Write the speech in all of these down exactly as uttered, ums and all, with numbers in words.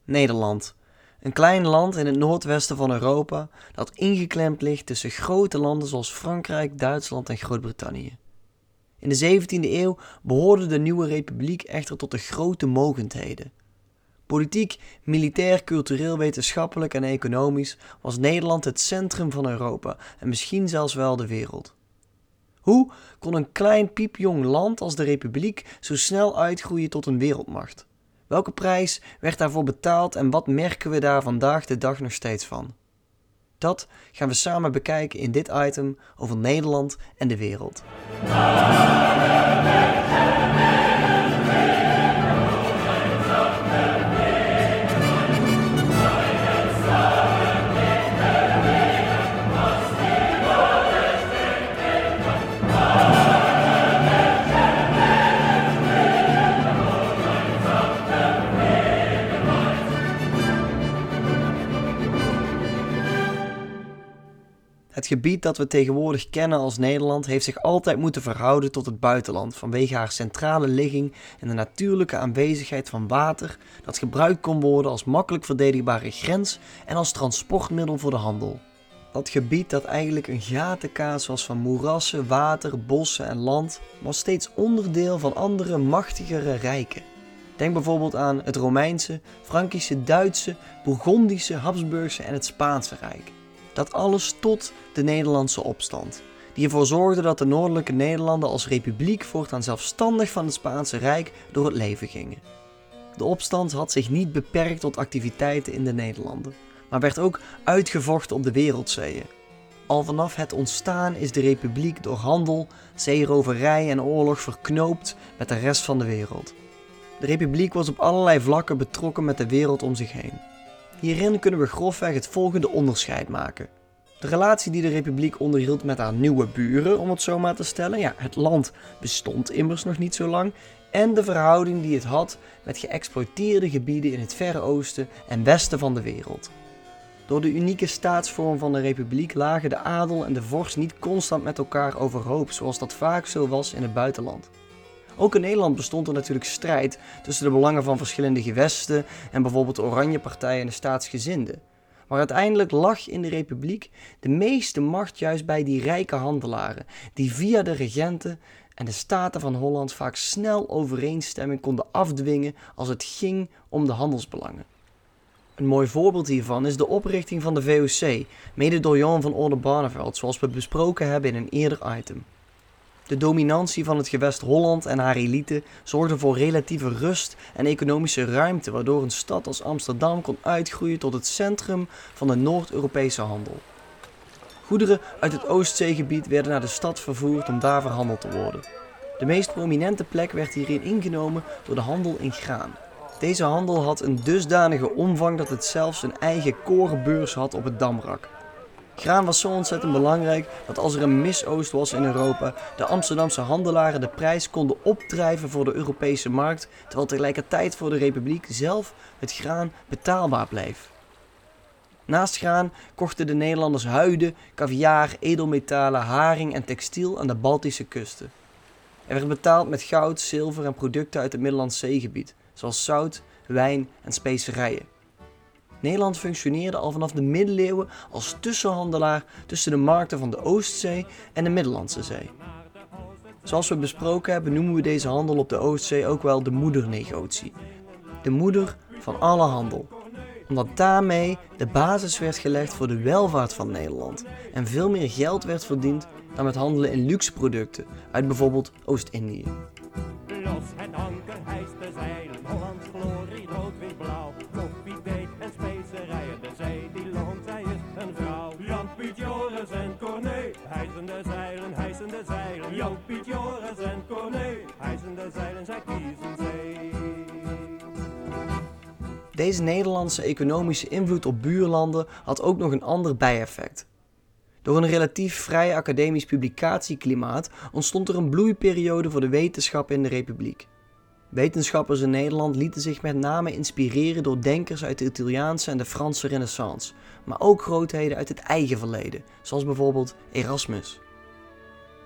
Nederland. Een klein land in het noordwesten van Europa dat ingeklemd ligt tussen grote landen zoals Frankrijk, Duitsland en Groot-Brittannië. In de zeventiende eeuw behoorde de nieuwe republiek echter tot de grote mogendheden. Politiek, militair, cultureel, wetenschappelijk en economisch was Nederland het centrum van Europa en misschien zelfs wel de wereld. Hoe kon een klein piepjong land als de republiek zo snel uitgroeien tot een wereldmacht? Welke prijs werd daarvoor betaald en wat merken we daar vandaag de dag nog steeds van? Dat gaan we samen bekijken in dit item over Nederland en de wereld. Het gebied dat we tegenwoordig kennen als Nederland heeft zich altijd moeten verhouden tot het buitenland vanwege haar centrale ligging en de natuurlijke aanwezigheid van water dat gebruikt kon worden als makkelijk verdedigbare grens en als transportmiddel voor de handel. Dat gebied dat eigenlijk een gatenkaas was van moerassen, water, bossen en land was steeds onderdeel van andere machtigere rijken. Denk bijvoorbeeld aan het Romeinse, Frankische, Duitse, Bourgondische, Habsburgse en het Spaanse Rijk. Dat alles tot de Nederlandse opstand, die ervoor zorgde dat de noordelijke Nederlanden als republiek voortaan zelfstandig van het Spaanse Rijk door het leven gingen. De opstand had zich niet beperkt tot activiteiten in de Nederlanden, maar werd ook uitgevochten op de wereldzeeën. Al vanaf het ontstaan is de republiek door handel, zeeroverij en oorlog verknoopt met de rest van de wereld. De republiek was op allerlei vlakken betrokken met de wereld om zich heen. Hierin kunnen we grofweg het volgende onderscheid maken. De relatie die de republiek onderhield met haar nieuwe buren, om het zo maar te stellen. Ja, het land bestond immers nog niet zo lang. En de verhouding die het had met geëxploiteerde gebieden in het Verre Oosten en Westen van de wereld. Door de unieke staatsvorm van de republiek lagen de adel en de vorst niet constant met elkaar overhoop, zoals dat vaak zo was in het buitenland. Ook in Nederland bestond er natuurlijk strijd tussen de belangen van verschillende gewesten en bijvoorbeeld de Oranje-partij en de staatsgezinden. Maar uiteindelijk lag in de republiek de meeste macht juist bij die rijke handelaren, die via de regenten en de Staten van Holland vaak snel overeenstemming konden afdwingen als het ging om de handelsbelangen. Een mooi voorbeeld hiervan is de oprichting van de V O C, mede door Johan van Oldenbarnevelt, zoals we besproken hebben in een eerder item. De dominantie van het gewest Holland en haar elite zorgde voor relatieve rust en economische ruimte, waardoor een stad als Amsterdam kon uitgroeien tot het centrum van de Noord-Europese handel. Goederen uit het Oostzeegebied werden naar de stad vervoerd om daar verhandeld te worden. De meest prominente plek werd hierin ingenomen door de handel in graan. Deze handel had een dusdanige omvang dat het zelfs een eigen korenbeurs had op het Damrak. Graan was zo ontzettend belangrijk dat als er een misoost was in Europa, de Amsterdamse handelaren de prijs konden opdrijven voor de Europese markt, terwijl tegelijkertijd voor de republiek zelf het graan betaalbaar bleef. Naast graan kochten de Nederlanders huiden, caviar, edelmetalen, haring en textiel aan de Baltische kusten. Er werd betaald met goud, zilver en producten uit het Middellandse Zeegebied, zoals zout, wijn en specerijen. Nederland functioneerde al vanaf de middeleeuwen als tussenhandelaar tussen de markten van de Oostzee en de Middellandse Zee. Zoals we besproken hebben noemen we deze handel op de Oostzee ook wel de moedernegotie. De moeder van alle handel. Omdat daarmee de basis werd gelegd voor de welvaart van Nederland en veel meer geld werd verdiend dan met handelen in luxe producten uit bijvoorbeeld Oost-Indië. Los het anker, hijst de zeilen, Hollands glorie, rood, wit, blauw. Koffie, thee en specerijen, de zee die loont, zij is een vrouw. Jan, Piet, Joris en Corné, hijsen de zeilen, hijsen de zeilen. Jan, Piet, Joris en Corné, hijsen de zeilen, zij kiezen zee. Deze Nederlandse economische invloed op buurlanden had ook nog een ander bijeffect. Door een relatief vrij academisch publicatieklimaat ontstond er een bloeiperiode voor de wetenschap in de republiek. Wetenschappers in Nederland lieten zich met name inspireren door denkers uit de Italiaanse en de Franse Renaissance, maar ook grootheden uit het eigen verleden, zoals bijvoorbeeld Erasmus.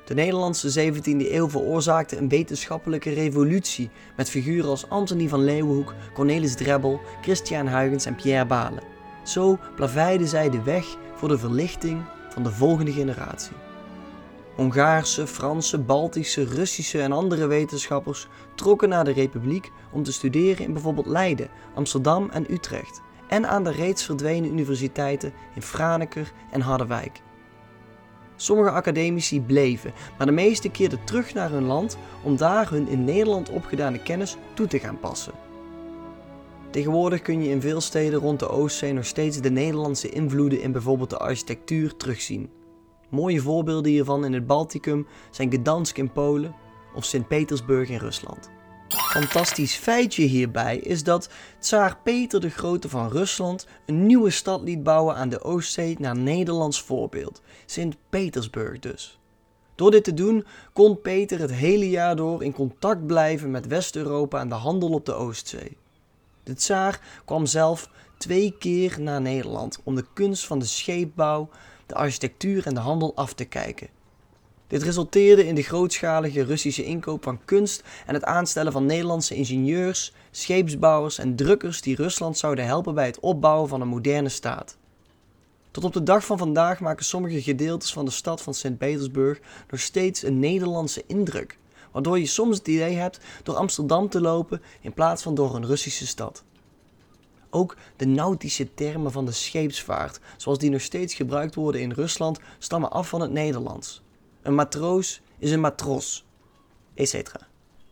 De Nederlandse zeventiende eeuw veroorzaakte een wetenschappelijke revolutie met figuren als Anthonie van Leeuwenhoek, Cornelis Drebbel, Christiaan Huygens en Pierre Balen. Zo plaveiden zij de weg voor de verlichting van de volgende generatie. Hongaarse, Franse, Baltische, Russische en andere wetenschappers trokken naar de Republiek om te studeren in bijvoorbeeld Leiden, Amsterdam en Utrecht en aan de reeds verdwenen universiteiten in Franeker en Harderwijk. Sommige academici bleven, maar de meeste keerden terug naar hun land om daar hun in Nederland opgedane kennis toe te gaan passen. Tegenwoordig kun je in veel steden rond de Oostzee nog steeds de Nederlandse invloeden in bijvoorbeeld de architectuur terugzien. Mooie voorbeelden hiervan in het Balticum zijn Gdansk in Polen of Sint-Petersburg in Rusland. Fantastisch feitje hierbij is dat tsaar Peter de Grote van Rusland een nieuwe stad liet bouwen aan de Oostzee naar Nederlands voorbeeld, Sint-Petersburg dus. Door dit te doen kon Peter het hele jaar door in contact blijven met West-Europa en de handel op de Oostzee. De tsaar kwam zelf twee keer naar Nederland om de kunst van de scheepbouw, de architectuur en de handel af te kijken. Dit resulteerde in de grootschalige Russische inkoop van kunst en het aanstellen van Nederlandse ingenieurs, scheepsbouwers en drukkers die Rusland zouden helpen bij het opbouwen van een moderne staat. Tot op de dag van vandaag maken sommige gedeeltes van de stad van Sint-Petersburg nog steeds een Nederlandse indruk, waardoor je soms het idee hebt door Amsterdam te lopen in plaats van door een Russische stad. Ook de nautische termen van de scheepsvaart, zoals die nog steeds gebruikt worden in Rusland, stammen af van het Nederlands. Een matroos is een matros, et cetera.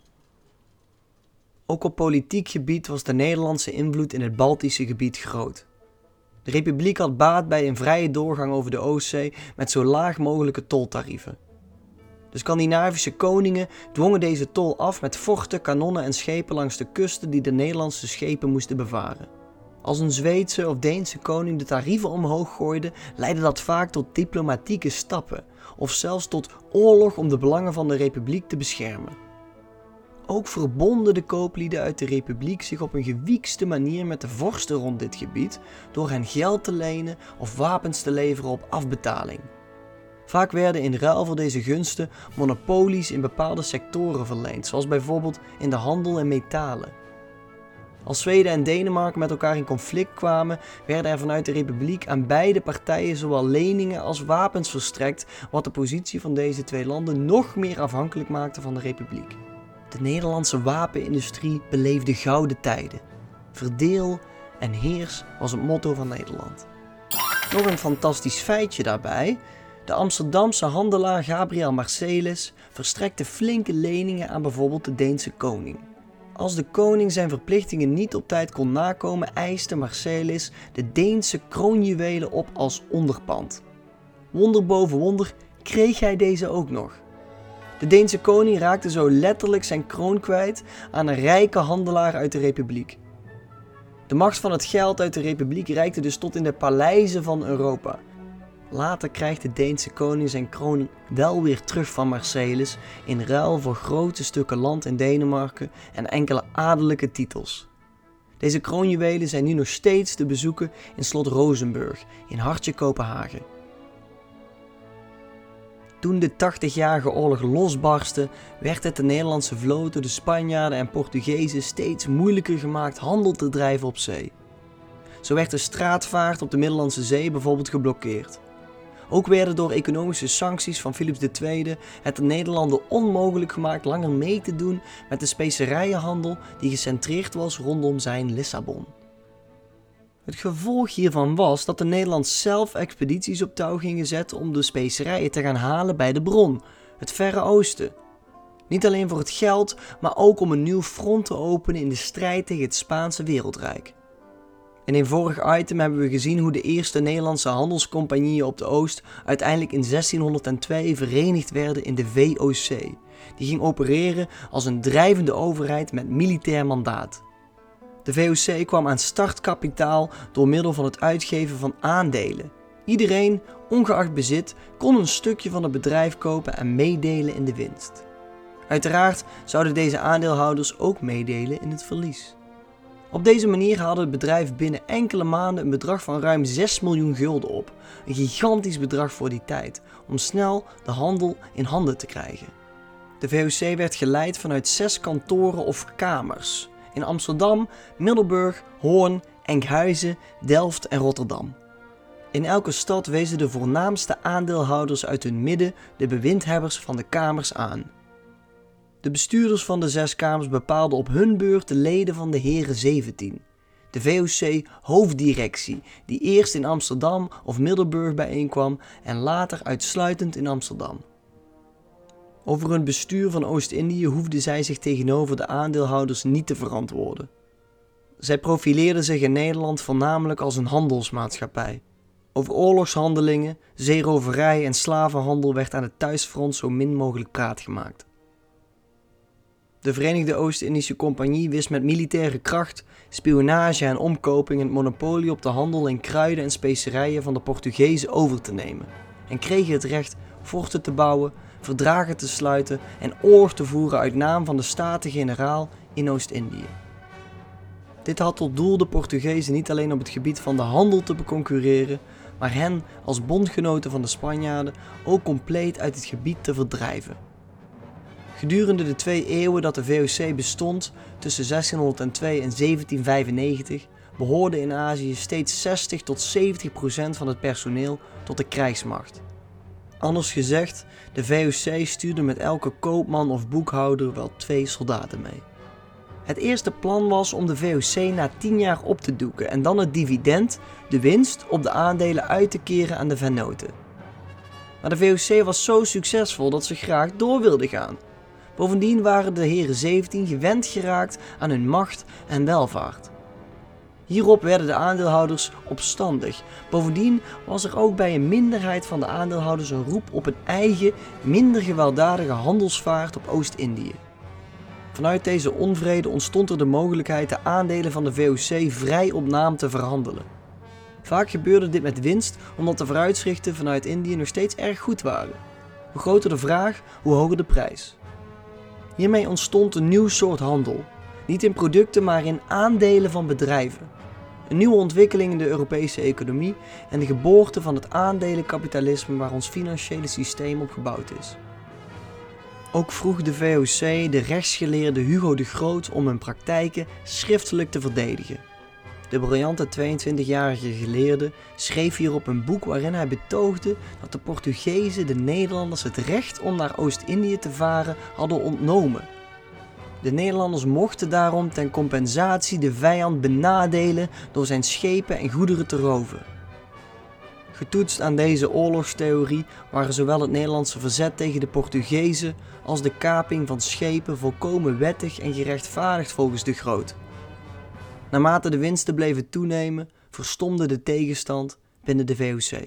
Ook op politiek gebied was de Nederlandse invloed in het Baltische gebied groot. De Republiek had baat bij een vrije doorgang over de Oostzee met zo laag mogelijke toltarieven. De Scandinavische koningen dwongen deze tol af met forten, kanonnen en schepen langs de kusten die de Nederlandse schepen moesten bevaren. Als een Zweedse of Deense koning de tarieven omhoog gooide, leidde dat vaak tot diplomatieke stappen of zelfs tot oorlog om de belangen van de Republiek te beschermen. Ook verbonden de kooplieden uit de Republiek zich op een gewiekste manier met de vorsten rond dit gebied door hen geld te lenen of wapens te leveren op afbetaling. Vaak werden in ruil voor deze gunsten monopolies in bepaalde sectoren verleend, zoals bijvoorbeeld in de handel en metalen. Als Zweden en Denemarken met elkaar in conflict kwamen, werden er vanuit de Republiek aan beide partijen zowel leningen als wapens verstrekt, wat de positie van deze twee landen nog meer afhankelijk maakte van de Republiek. De Nederlandse wapenindustrie beleefde gouden tijden. Verdeel en heers was het motto van Nederland. Nog een fantastisch feitje daarbij. De Amsterdamse handelaar Gabriel Marselis verstrekte flinke leningen aan bijvoorbeeld de Deense koning. Als de koning zijn verplichtingen niet op tijd kon nakomen, eiste Marselis de Deense kroonjuwelen op als onderpand. Wonder boven wonder kreeg hij deze ook nog. De Deense koning raakte zo letterlijk zijn kroon kwijt aan een rijke handelaar uit de Republiek. De macht van het geld uit de Republiek reikte dus tot in de paleizen van Europa. Later krijgt de Deense koning zijn kroon wel weer terug van Marselis in ruil voor grote stukken land in Denemarken en enkele adellijke titels. Deze kroonjuwelen zijn nu nog steeds te bezoeken in slot Rosenburg in hartje Kopenhagen. Toen de tachtigjarige oorlog losbarstte, werd het de Nederlandse vloot door de Spanjaarden en Portugezen steeds moeilijker gemaakt handel te drijven op zee. Zo werd de straatvaart op de Middellandse Zee bijvoorbeeld geblokkeerd. Ook werden door economische sancties van Philips de Tweede het de Nederlanden onmogelijk gemaakt langer mee te doen met de specerijenhandel die gecentreerd was rondom zijn Lissabon. Het gevolg hiervan was dat de Nederlanders zelf expedities op touw gingen zetten om de specerijen te gaan halen bij de bron, het Verre Oosten. Niet alleen voor het geld, maar ook om een nieuw front te openen in de strijd tegen het Spaanse wereldrijk. In een vorig item hebben we gezien hoe de eerste Nederlandse handelscompagnieën op de Oost uiteindelijk in zestienhonderdtwee verenigd werden in de V O C. Die ging opereren als een drijvende overheid met militair mandaat. De V O C kwam aan startkapitaal door middel van het uitgeven van aandelen. Iedereen, ongeacht bezit, kon een stukje van het bedrijf kopen en meedelen in de winst. Uiteraard zouden deze aandeelhouders ook meedelen in het verlies. Op deze manier haalde het bedrijf binnen enkele maanden een bedrag van ruim zes miljoen gulden op. Een gigantisch bedrag voor die tijd, om snel de handel in handen te krijgen. De V O C werd geleid vanuit zes kantoren of kamers in Amsterdam, Middelburg, Hoorn, Enkhuizen, Delft en Rotterdam. In elke stad wezen de voornaamste aandeelhouders uit hun midden de bewindhebbers van de kamers aan. De bestuurders van de zes kamers bepaalden op hun beurt de leden van de Heren zeventien, de V O C hoofddirectie, die eerst in Amsterdam of Middelburg bijeenkwam en later uitsluitend in Amsterdam. Over hun bestuur van Oost-Indië hoefden zij zich tegenover de aandeelhouders niet te verantwoorden. Zij profileerden zich in Nederland voornamelijk als een handelsmaatschappij. Over oorlogshandelingen, zeeroverij en slavenhandel werd aan het thuisfront zo min mogelijk praat gemaakt. De Verenigde Oost-Indische Compagnie wist met militaire kracht, spionage en omkoping het monopolie op de handel in kruiden en specerijen van de Portugezen over te nemen en kregen het recht forten te bouwen, verdragen te sluiten en oorlog te voeren uit naam van de Staten-Generaal in Oost-Indië. Dit had tot doel de Portugezen niet alleen op het gebied van de handel te beconcurreren, maar hen als bondgenoten van de Spanjaarden ook compleet uit het gebied te verdrijven. Gedurende de twee eeuwen dat de V O C bestond, tussen zestienhonderdtwee en zeventien vijfennegentig, behoorde in Azië steeds zestig tot zeventig procent van het personeel tot de krijgsmacht. Anders gezegd, de V O C stuurde met elke koopman of boekhouder wel twee soldaten mee. Het eerste plan was om de V O C na tien jaar op te doeken en dan het dividend, de winst, op de aandelen uit te keren aan de vennoten. Maar de V O C was zo succesvol dat ze graag door wilden gaan. Bovendien waren de Heren zeventien gewend geraakt aan hun macht en welvaart. Hierop werden de aandeelhouders opstandig. Bovendien was er ook bij een minderheid van de aandeelhouders een roep op een eigen, minder gewelddadige handelsvaart op Oost-Indië. Vanuit deze onvrede ontstond er de mogelijkheid de aandelen van de V O C vrij op naam te verhandelen. Vaak gebeurde dit met winst omdat de vooruitzichten vanuit Indië nog steeds erg goed waren. Hoe groter de vraag, hoe hoger de prijs. Hiermee ontstond een nieuw soort handel. Niet in producten, maar in aandelen van bedrijven. Een nieuwe ontwikkeling in de Europese economie en de geboorte van het aandelenkapitalisme waar ons financiële systeem op gebouwd is. Ook vroeg de V O C de rechtsgeleerde Hugo de Groot om hun praktijken schriftelijk te verdedigen. De briljante tweeëntwintigjarige geleerde schreef hierop een boek waarin hij betoogde dat de Portugezen de Nederlanders het recht om naar Oost-Indië te varen hadden ontnomen. De Nederlanders mochten daarom ten compensatie de vijand benadelen door zijn schepen en goederen te roven. Getoetst aan deze oorlogstheorie waren zowel het Nederlandse verzet tegen de Portugezen als de kaping van schepen volkomen wettig en gerechtvaardigd volgens de Groot. Naarmate de winsten bleven toenemen, verstomde de tegenstand binnen de V O C.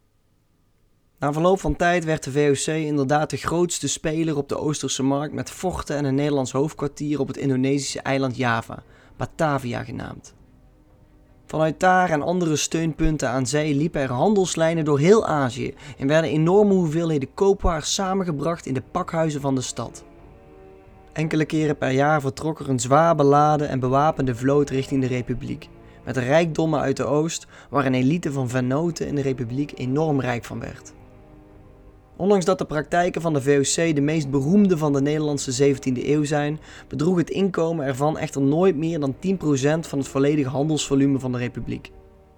Na verloop van tijd werd de V O C inderdaad de grootste speler op de Oosterse markt met forten en een Nederlands hoofdkwartier op het Indonesische eiland Java, Batavia genaamd. Vanuit daar en andere steunpunten aan zee liepen er handelslijnen door heel Azië en werden enorme hoeveelheden koopwaar samengebracht in de pakhuizen van de stad. Enkele keren per jaar vertrok er een zwaar beladen en bewapende vloot richting de Republiek, met rijkdommen uit de Oost waar een elite van vennoten in de Republiek enorm rijk van werd. Ondanks dat de praktijken van de V O C de meest beroemde van de Nederlandse zeventiende eeuw zijn, bedroeg het inkomen ervan echter nooit meer dan tien procent van het volledige handelsvolume van de Republiek.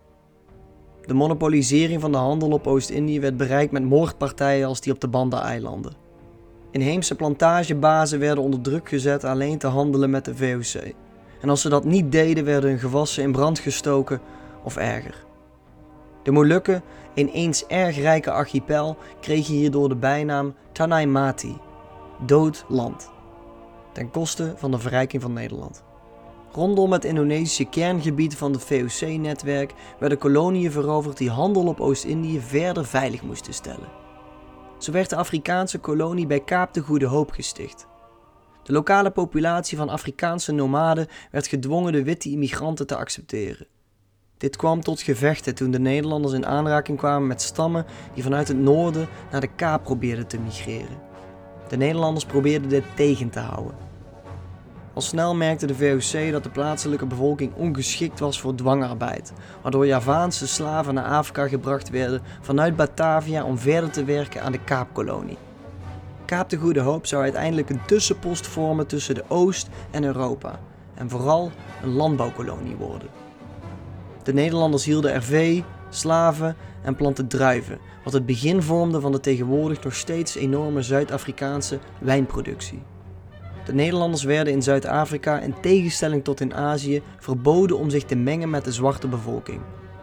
De monopolisering van de handel op Oost-Indië werd bereikt met moordpartijen als die op de Banda-eilanden. Inheemse plantagebazen werden onder druk gezet alleen te handelen met de V O C. En als ze dat niet deden, werden hun gewassen in brand gestoken of erger. De Molukken, een eens erg rijke archipel, kregen hierdoor de bijnaam Tanai Mati, dood land, ten koste van de verrijking van Nederland. Rondom het Indonesische kerngebied van het V O C-netwerk werden koloniën veroverd die handel op Oost-Indië verder veilig moesten stellen. Zo werd de Afrikaanse kolonie bij Kaap de Goede Hoop gesticht. De lokale populatie van Afrikaanse nomaden werd gedwongen de witte immigranten te accepteren. Dit kwam tot gevechten toen de Nederlanders in aanraking kwamen met stammen die vanuit het noorden naar de Kaap probeerden te migreren. De Nederlanders probeerden dit tegen te houden. Al snel merkte de V O C dat de plaatselijke bevolking ongeschikt was voor dwangarbeid, waardoor Javaanse slaven naar Afrika gebracht werden vanuit Batavia om verder te werken aan de Kaapkolonie. Kaap de Goede Hoop zou uiteindelijk een tussenpost vormen tussen de Oost en Europa en vooral een landbouwkolonie worden. De Nederlanders hielden er vee, slaven en planten druiven, wat het begin vormde van de tegenwoordig nog steeds enorme Zuid-Afrikaanse wijnproductie. De Nederlanders werden in Zuid-Afrika in tegenstelling tot in Azië verboden om zich te mengen met de zwarte bevolking.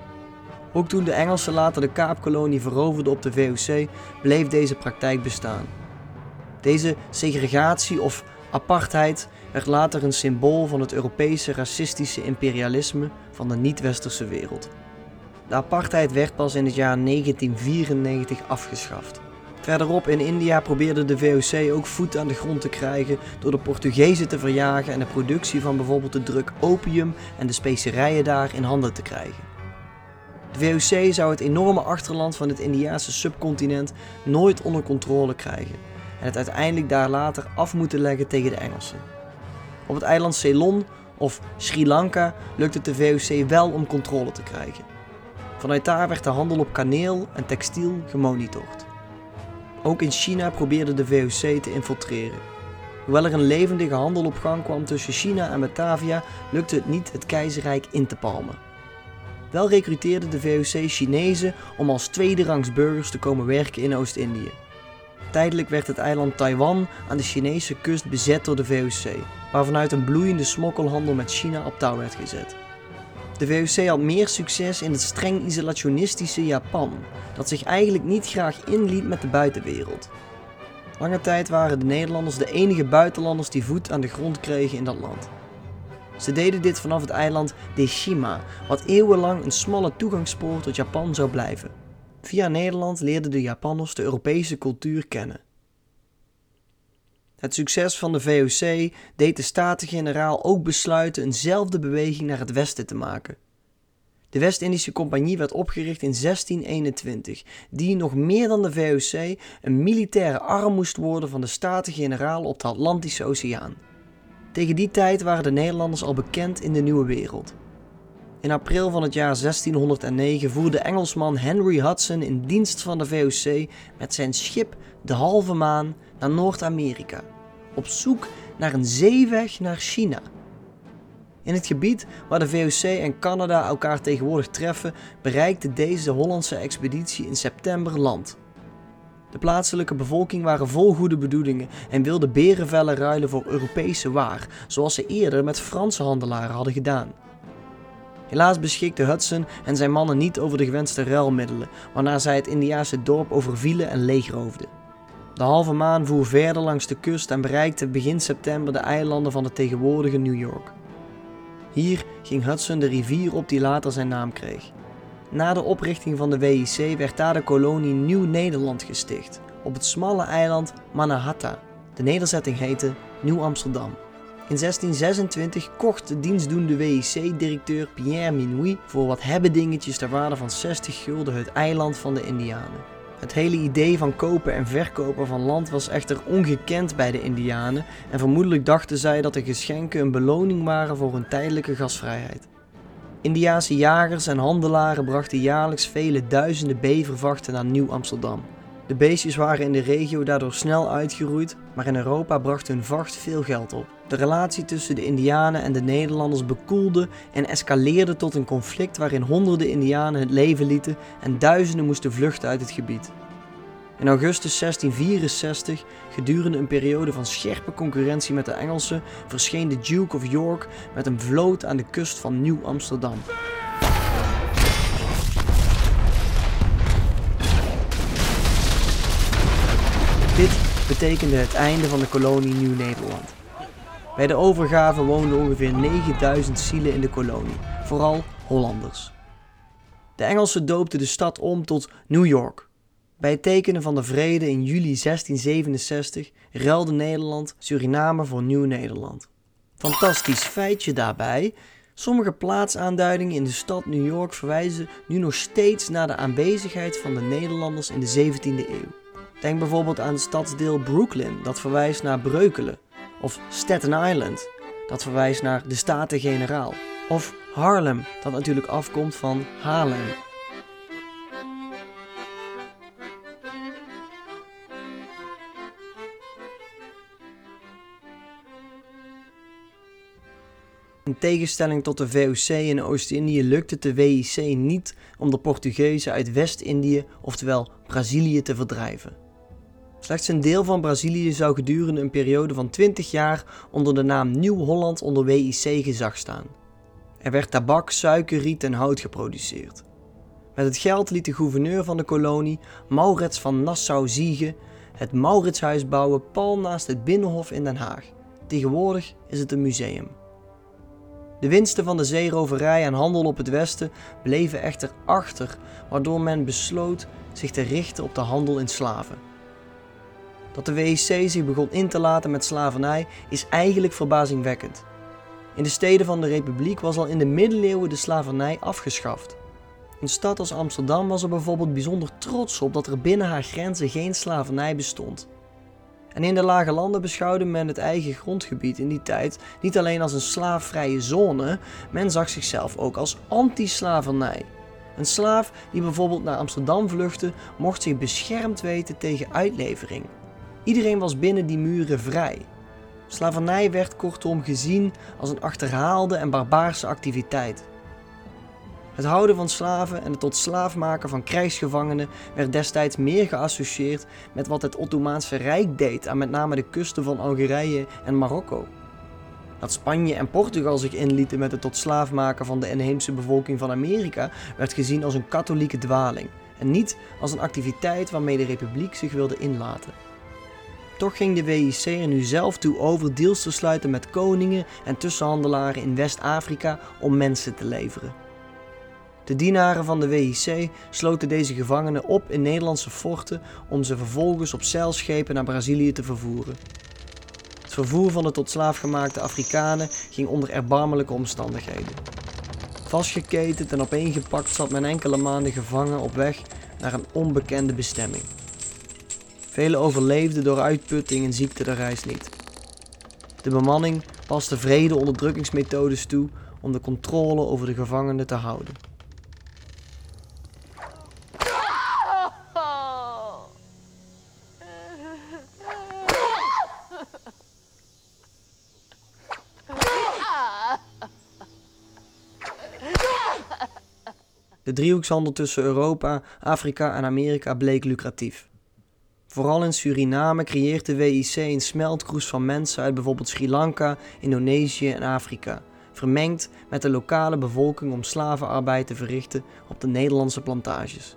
Ook toen de Engelsen later de Kaapkolonie veroverden op de V O C, bleef deze praktijk bestaan. Deze segregatie of apartheid werd later een symbool van het Europese racistische imperialisme van de niet-westerse wereld. De apartheid werd pas in het jaar negentien vierennegentig afgeschaft. Verderop in India probeerde de V O C ook voet aan de grond te krijgen door de Portugezen te verjagen en de productie van bijvoorbeeld de drug opium en de specerijen daar in handen te krijgen. De V O C zou het enorme achterland van het Indiase subcontinent nooit onder controle krijgen en het uiteindelijk daar later af moeten leggen tegen de Engelsen. Op het eiland Ceylon of Sri Lanka lukte het de V O C wel om controle te krijgen. Vanuit daar werd de handel op kaneel en textiel gemonitord. Ook in China probeerde de V O C te infiltreren. Hoewel er een levendige handel op gang kwam tussen China en Batavia, lukte het niet het keizerrijk in te palmen. Wel recruteerde de V O C Chinezen om als tweederangs burgers te komen werken in Oost-Indië. Tijdelijk werd het eiland Taiwan aan de Chinese kust bezet door de V O C, waarvanuit een bloeiende smokkelhandel met China op touw werd gezet. De V O C had meer succes in het streng isolationistische Japan, dat zich eigenlijk niet graag inliet met de buitenwereld. Lange tijd waren de Nederlanders de enige buitenlanders die voet aan de grond kregen in dat land. Ze deden dit vanaf het eiland Deshima, wat eeuwenlang een smalle toegangspoort tot Japan zou blijven. Via Nederland leerden de Japanners de Europese cultuur kennen. Het succes van de V O C deed de Staten-Generaal ook besluiten eenzelfde beweging naar het westen te maken. De West-Indische Compagnie werd opgericht in zestien eenentwintig, die nog meer dan de V O C een militaire arm moest worden van de Staten-Generaal op de Atlantische Oceaan. Tegen die tijd waren de Nederlanders al bekend in de Nieuwe Wereld. In april van het jaar zestienhonderdnegen voerde Engelsman Henry Hudson in dienst van de V O C met zijn schip de Halve Maan naar Noord-Amerika, op zoek naar een zeeweg naar China. In het gebied waar de V O C en Canada elkaar tegenwoordig treffen, bereikte deze Hollandse expeditie in september land. De plaatselijke bevolking waren vol goede bedoelingen en wilde berenvellen ruilen voor Europese waar, zoals ze eerder met Franse handelaren hadden gedaan. Helaas beschikte Hudson en zijn mannen niet over de gewenste ruilmiddelen, waarna zij het Indiase dorp overvielen en leegroofden. De Halve Maan voer verder langs de kust en bereikte begin september de eilanden van het tegenwoordige New York. Hier ging Hudson de rivier op die later zijn naam kreeg. Na de oprichting van de W I C werd daar de kolonie Nieuw-Nederland gesticht, op het smalle eiland Mannahatta. De nederzetting heette Nieuw-Amsterdam. In zestien zesentwintig kocht de dienstdoende W I C-directeur Pierre Minuit voor wat hebbedingetjes ter waarde van zestig gulden het eiland van de Indianen. Het hele idee van kopen en verkopen van land was echter ongekend bij de Indianen en vermoedelijk dachten zij dat de geschenken een beloning waren voor hun tijdelijke gastvrijheid. Indiase jagers en handelaren brachten jaarlijks vele duizenden bevervachten naar Nieuw-Amsterdam. De beestjes waren in de regio daardoor snel uitgeroeid, maar in Europa bracht hun vacht veel geld op. De relatie tussen de Indianen en de Nederlanders bekoelde en escaleerde tot een conflict waarin honderden Indianen het leven lieten en duizenden moesten vluchten uit het gebied. In augustus zestien vierenzestig, gedurende een periode van scherpe concurrentie met de Engelsen, verscheen de Duke of York met een vloot aan de kust van Nieuw-Amsterdam. Dit betekende het einde van de kolonie Nieuw-Nederland. Bij de overgave woonden ongeveer negenduizend zielen in de kolonie, vooral Hollanders. De Engelsen doopten de stad om tot New York. Bij het tekenen van de vrede in juli zestien zevenenzestig ruilde Nederland Suriname voor Nieuw-Nederland. Fantastisch feitje daarbij, sommige plaatsaanduidingen in de stad New York verwijzen nu nog steeds naar de aanwezigheid van de Nederlanders in de zeventiende eeuw. Denk bijvoorbeeld aan het stadsdeel Brooklyn, dat verwijst naar Breukelen, of Staten Island, dat verwijst naar de Staten-Generaal. Of Harlem, dat natuurlijk afkomt van Haarlem. In tegenstelling tot de V O C in Oost-Indië lukte het de W I C niet om de Portugezen uit West-Indië, oftewel Brazilië, te verdrijven. Slechts een deel van Brazilië zou gedurende een periode van twintig jaar onder de naam Nieuw-Holland onder W I C gezag staan. Er werd tabak, suiker, riet en hout geproduceerd. Met het geld liet de gouverneur van de kolonie, Maurits van Nassau-Siegen, het Mauritshuis bouwen pal naast het Binnenhof in Den Haag. Tegenwoordig is het een museum. De winsten van de zeeroverij en handel op het westen bleven echter achter, waardoor men besloot zich te richten op de handel in slaven. Dat de W I C zich begon in te laten met slavernij is eigenlijk verbazingwekkend. In de steden van de Republiek was al in de middeleeuwen de slavernij afgeschaft. Een stad als Amsterdam was er bijvoorbeeld bijzonder trots op dat er binnen haar grenzen geen slavernij bestond. En in de Lage Landen beschouwde men het eigen grondgebied in die tijd niet alleen als een slaafvrije zone, men zag zichzelf ook als anti-slavernij. Een slaaf die bijvoorbeeld naar Amsterdam vluchtte, mocht zich beschermd weten tegen uitlevering. Iedereen was binnen die muren vrij. Slavernij werd kortom gezien als een achterhaalde en barbaarse activiteit. Het houden van slaven en het tot slaaf maken van krijgsgevangenen werd destijds meer geassocieerd met wat het Ottomaanse Rijk deed aan met name de kusten van Algerije en Marokko. Dat Spanje en Portugal zich inlieten met het tot slaaf maken van de inheemse bevolking van Amerika werd gezien als een katholieke dwaling en niet als een activiteit waarmee de Republiek zich wilde inlaten. Toch ging de W I C er nu zelf toe over deals te sluiten met koningen en tussenhandelaren in West-Afrika om mensen te leveren. De dienaren van de W I C sloten deze gevangenen op in Nederlandse forten om ze vervolgens op zeilschepen naar Brazilië te vervoeren. Het vervoer van de tot slaaf gemaakte Afrikanen ging onder erbarmelijke omstandigheden. Vastgeketend en opeengepakt zat men enkele maanden gevangen op weg naar een onbekende bestemming. Velen overleefden door uitputting en ziekte de reis niet. De bemanning paste wrede onderdrukkingsmethodes toe om de controle over de gevangenen te houden. De driehoekshandel tussen Europa, Afrika en Amerika bleek lucratief. Vooral in Suriname creëert de W I C een smeltkroes van mensen uit bijvoorbeeld Sri Lanka, Indonesië en Afrika, vermengd met de lokale bevolking om slavenarbeid te verrichten op de Nederlandse plantages.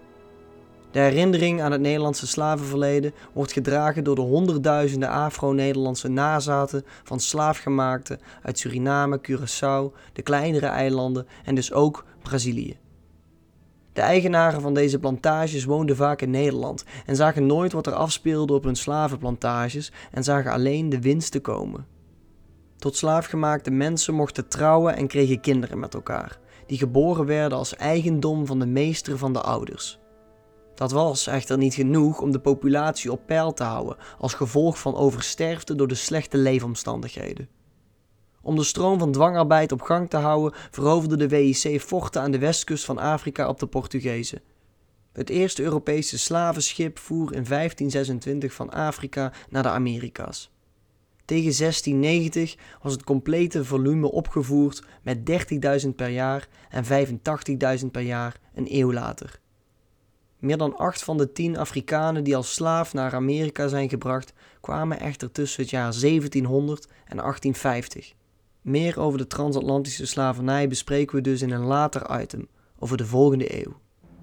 De herinnering aan het Nederlandse slavenverleden wordt gedragen door de honderdduizenden Afro-Nederlandse nazaten van slaafgemaakten uit Suriname, Curaçao, de kleinere eilanden en dus ook Brazilië. De eigenaren van deze plantages woonden vaak in Nederland en zagen nooit wat er afspeelde op hun slavenplantages en zagen alleen de winsten komen. Tot slaafgemaakte mensen mochten trouwen en kregen kinderen met elkaar, die geboren werden als eigendom van de meester van de ouders. Dat was echter niet genoeg om de populatie op peil te houden als gevolg van oversterfte door de slechte leefomstandigheden. Om de stroom van dwangarbeid op gang te houden veroverde de W I C forten aan de westkust van Afrika op de Portugezen. Het eerste Europese slavenschip voer in vijftien zesentwintig van Afrika naar de Amerika's. Tegen zestien negentig was het complete volume opgevoerd met dertigduizend per jaar en vijfentachtigduizend per jaar een eeuw later. Meer dan acht van de tien Afrikanen die als slaaf naar Amerika zijn gebracht, kwamen echter tussen het jaar zeventienhonderd en achttienvijftig. Meer over de transatlantische slavernij bespreken we dus in een later item over de volgende eeuw.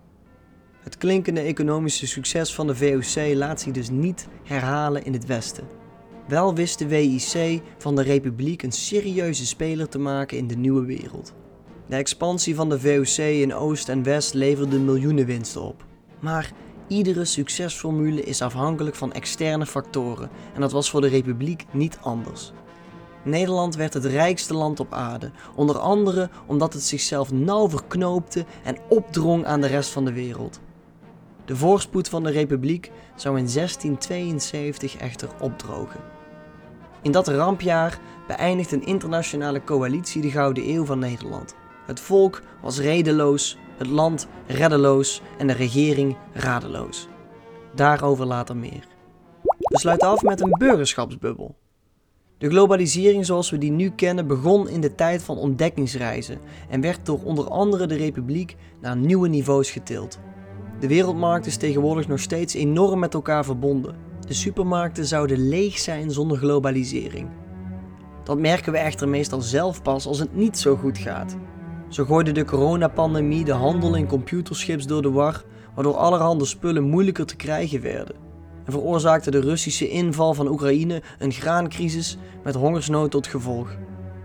Het klinkende economische succes van de V O C laat zich dus niet herhalen in het Westen. Wel wist de W I C van de Republiek een serieuze speler te maken in de nieuwe wereld. De expansie van de V O C in Oost en West leverde miljoenen winsten op. Maar iedere succesformule is afhankelijk van externe factoren en dat was voor de Republiek niet anders. Nederland werd het rijkste land op aarde, onder andere omdat het zichzelf nauw verknoopte en opdrong aan de rest van de wereld. De voorspoed van de Republiek zou in zestien tweeënzeventig echter opdrogen. In dat rampjaar beëindigt een internationale coalitie de Gouden Eeuw van Nederland. Het volk was redeloos, het land reddeloos en de regering radeloos. Daarover later meer. We sluiten af met een burgerschapsbubbel. De globalisering zoals we die nu kennen begon in de tijd van ontdekkingsreizen en werd door onder andere de Republiek naar nieuwe niveaus getild. De wereldmarkt is tegenwoordig nog steeds enorm met elkaar verbonden. De supermarkten zouden leeg zijn zonder globalisering. Dat merken we echter meestal zelf pas als het niet zo goed gaat. Zo gooide de coronapandemie de handel in computerchips door de war, waardoor allerhande spullen moeilijker te krijgen werden. En veroorzaakte de Russische inval van Oekraïne een graancrisis met hongersnood tot gevolg.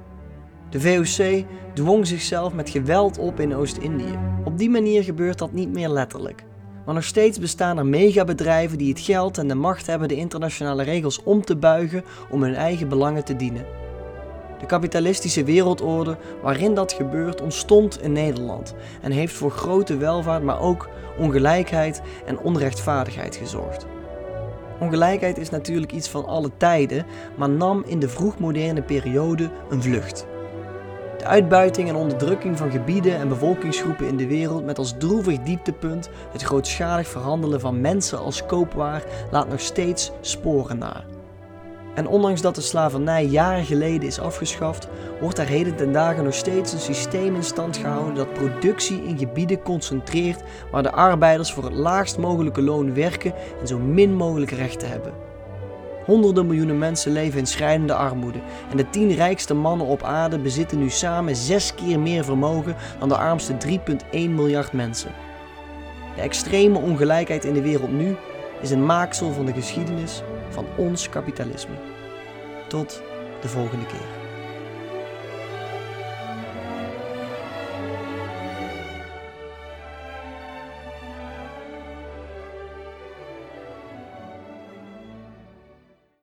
De V O C dwong zichzelf met geweld op in Oost-Indië. Op die manier gebeurt dat niet meer letterlijk. Maar nog steeds bestaan er megabedrijven die het geld en de macht hebben de internationale regels om te buigen om hun eigen belangen te dienen. De kapitalistische wereldorde waarin dat gebeurt ontstond in Nederland en heeft voor grote welvaart, maar ook ongelijkheid en onrechtvaardigheid gezorgd. Ongelijkheid is natuurlijk iets van alle tijden, maar nam in de vroegmoderne periode een vlucht. De uitbuiting en onderdrukking van gebieden en bevolkingsgroepen in de wereld met als droevig dieptepunt het grootschalig verhandelen van mensen als koopwaar laat nog steeds sporen na. En ondanks dat de slavernij jaren geleden is afgeschaft, wordt er heden ten dagen nog steeds een systeem in stand gehouden dat productie in gebieden concentreert waar de arbeiders voor het laagst mogelijke loon werken en zo min mogelijk rechten hebben. Honderden miljoenen mensen leven in schrijnende armoede en de tien rijkste mannen op aarde bezitten nu samen zes keer meer vermogen dan de armste drie komma één miljard mensen. De extreme ongelijkheid in de wereld nu is een maaksel van de geschiedenis van ons kapitalisme. Tot de volgende keer.